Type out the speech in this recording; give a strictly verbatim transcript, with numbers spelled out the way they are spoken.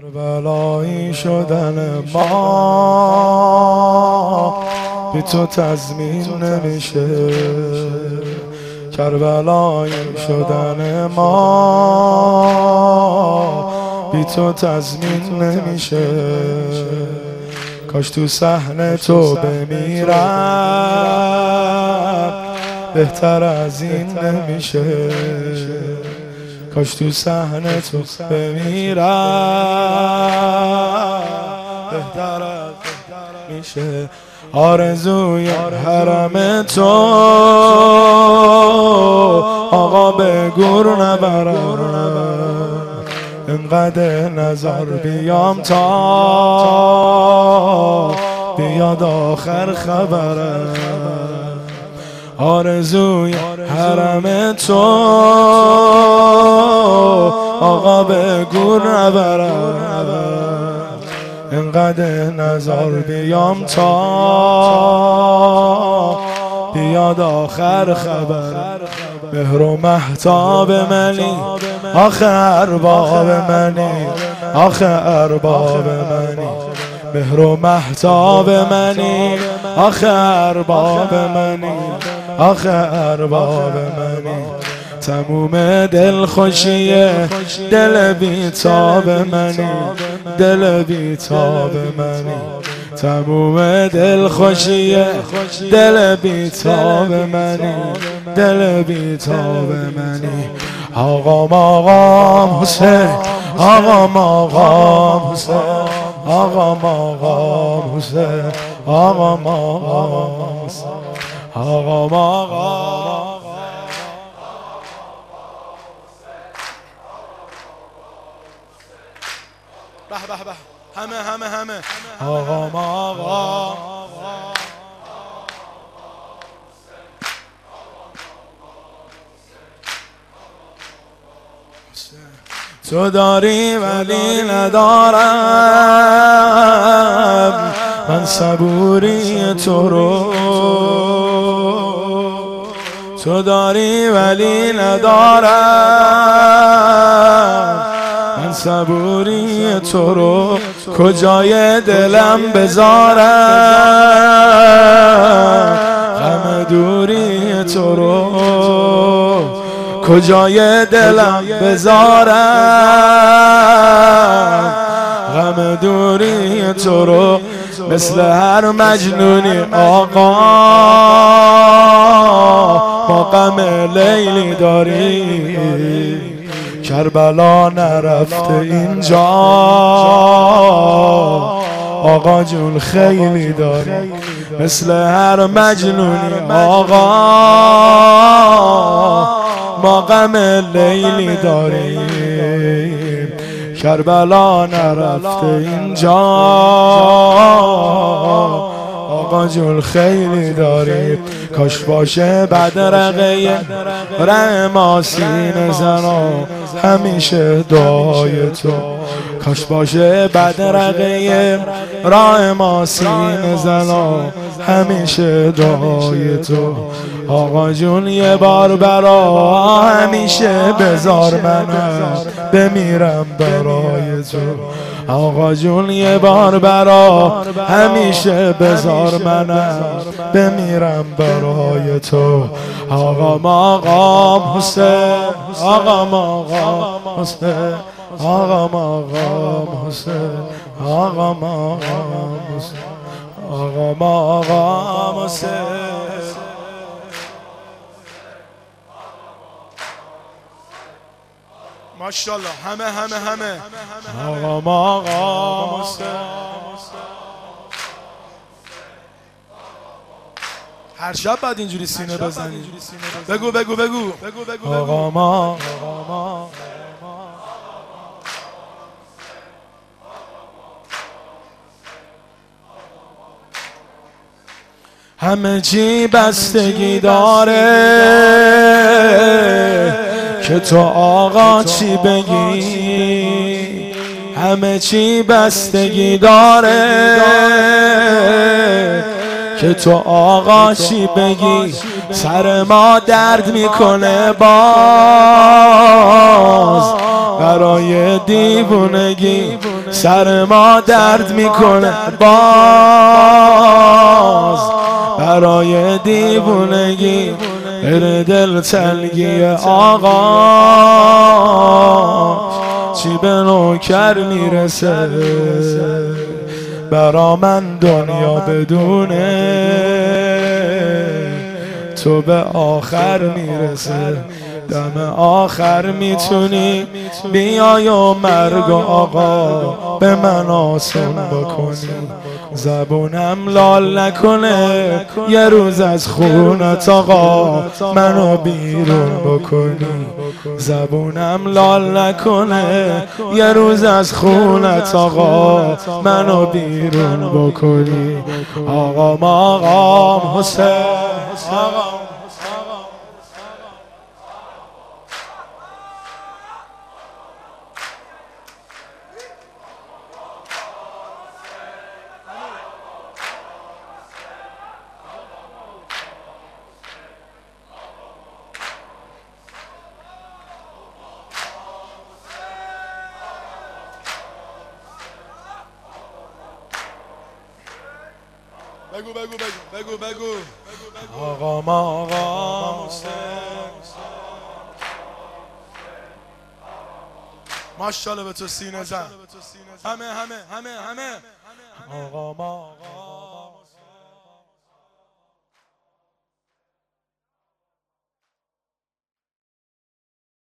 کربلایی شدن ما بی تو تضمین نمیشه. کربلایی شدن ما بی تو تضمین نمیشه. کاش تو صحنه تو بمیرم بهتر از این نمیشه. کاش تو صحنه تو بمیرم بهتر از میشه. آرزوی حرم تو آقا به گور نبرم. انقدر نظر بیام تا بیاد آخر خبرم. آرزوی حرم تو آقا به گور نبرم. انقدر نظر بیام تا بیاد آخر خبر. مهر و مهتاب منی آخه ارباب منی آخه ارباب منی. مهر و مهتاب منی آخه ارباب منی آخه ارباب منی. تموم دل خوشیه دل بیتاب منی دل بیتاب منی. تموم دل خوشیه دل بیتاب منی دل بیتاب منی. آقا ماقام حسین آقا ماقام حسین آقا ماقام حسین آقا ماقام حسین آقا ماقام. به به به همه همه همه آقا ماقام. تو داری ولی ندارم من صبوری تو رو. تو داری ولی ندارم من صبوری تو رو. کجای دلم بذارم غم دوری تو رو. کجای دلم بذارم غم دوری تو رو. مثل هر مجنونی آقا ما غم لیلی داری. کربلا نرفته اینجا آقا جون خیلی داری. مثل هر مجنونی آقا ما غم لیلی داریم. کربلا نرفته اینجا آقا جون خیلی داریم. کاش باشه بدرقه ره ما سینه زنا همیشه دعای تو. کاش باشه بدرقه راه ما سینه زنا همیشه دعای تو. آقا جون یه بار برا همیشه بذار منم بمیرم برای تو. آقا جون یه بار برا همیشه بذار منم بمیرم برای تو. آقا ماقام حسین آقا ماقام حسین آقا ماقام حسین آقا ماقام حسین آقا ماقام حسین. ماشاءالله همه همه همه آقا ماقام حسین. هر شب بعد اینجوری سینه بزنی. بگو بگو بگو آقا ما همه چی بستگی داره که تو آقا چی بگی. همه چی بستگی داره که تو آقا چی بگی. سر ما درد میکنه باز برای دیوونگی. سر ما درد میکنه باز برای دیوونگی بر دل تنگی آقا چی به نوکر میرسه برا من دنیا بدونه تو به آخر میرسه دم آخر میتونی بیای و مرگ آقا به من آسون بکنی زبونم لال نکنه یه روز از خونت آقا منو بیرون بکنی زبونم لال نکنه یه روز از خونت آقا منو بیرون بکنی آقا مقام حسین آقا بگو بگو بگو بگو بگو آقا ما آقا ماشاءالله به تو سینه زن همه همه همه همه آقا ما آقا